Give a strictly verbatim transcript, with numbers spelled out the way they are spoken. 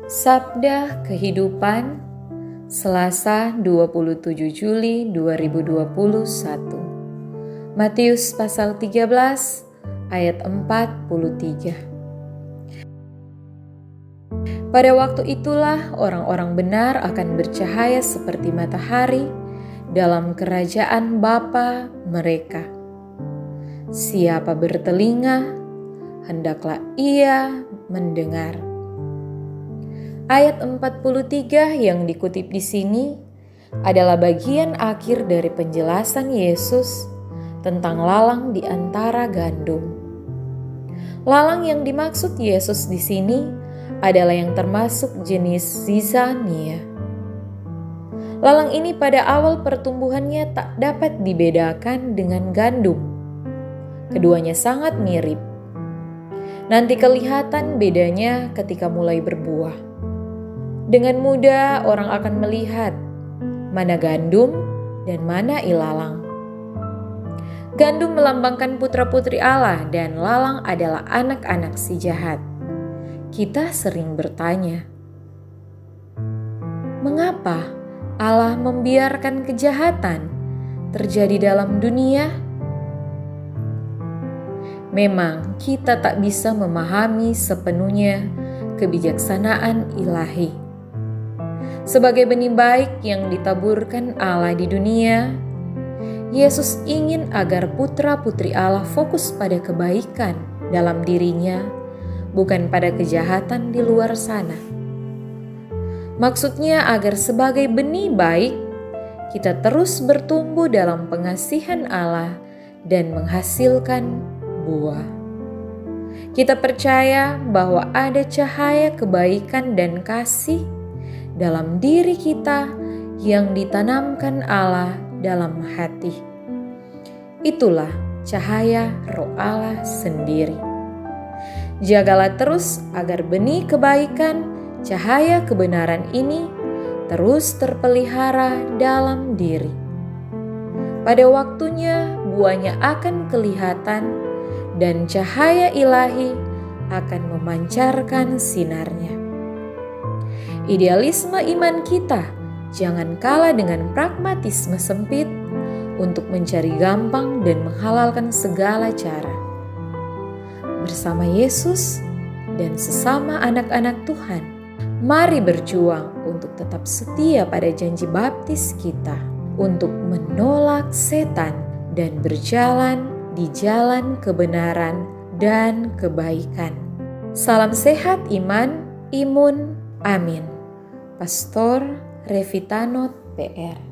Sabda Kehidupan, Selasa dua puluh tujuh Juli dua ribu dua puluh satu. Matius pasal tiga belas ayat empat puluh tiga. Pada waktu itulah orang-orang benar akan bercahaya seperti matahari dalam kerajaan Bapa mereka. Siapa bertelinga, hendaklah ia mendengar. Ayat empat puluh tiga yang dikutip di sini adalah bagian akhir dari penjelasan Yesus tentang lalang di antara gandum. Lalang yang dimaksud Yesus di sini adalah yang termasuk jenis zizania. Lalang ini pada awal pertumbuhannya tak dapat dibedakan dengan gandum. Keduanya sangat mirip. Nanti kelihatan bedanya ketika mulai berbuah. Dengan mudah orang akan melihat mana gandum dan mana ilalang. Gandum melambangkan putra-putri Allah dan lalang adalah anak-anak si jahat. Kita sering bertanya, mengapa Allah membiarkan kejahatan terjadi dalam dunia? Memang kita tak bisa memahami sepenuhnya kebijaksanaan ilahi. Sebagai benih baik yang ditaburkan Allah di dunia, Yesus ingin agar putra-putri Allah fokus pada kebaikan dalam dirinya, bukan pada kejahatan di luar sana. Maksudnya agar sebagai benih baik, kita terus bertumbuh dalam pengasihan Allah dan menghasilkan buah. Kita percaya bahwa ada cahaya kebaikan dan kasih dalam diri kita yang ditanamkan Allah dalam hati. Itulah cahaya Roh Allah sendiri. Jagalah terus agar benih kebaikan, cahaya kebenaran ini terus terpelihara dalam diri. Pada waktunya buahnya akan kelihatan dan cahaya ilahi akan memancarkan sinarnya. Idealisme iman kita jangan kalah dengan pragmatisme sempit untuk mencari gampang dan menghalalkan segala cara. Bersama Yesus dan sesama anak-anak Tuhan, mari berjuang untuk tetap setia pada janji baptis kita, untuk menolak setan dan berjalan di jalan kebenaran dan kebaikan. Salam sehat iman, imun, amin. Pastor Revitanot P R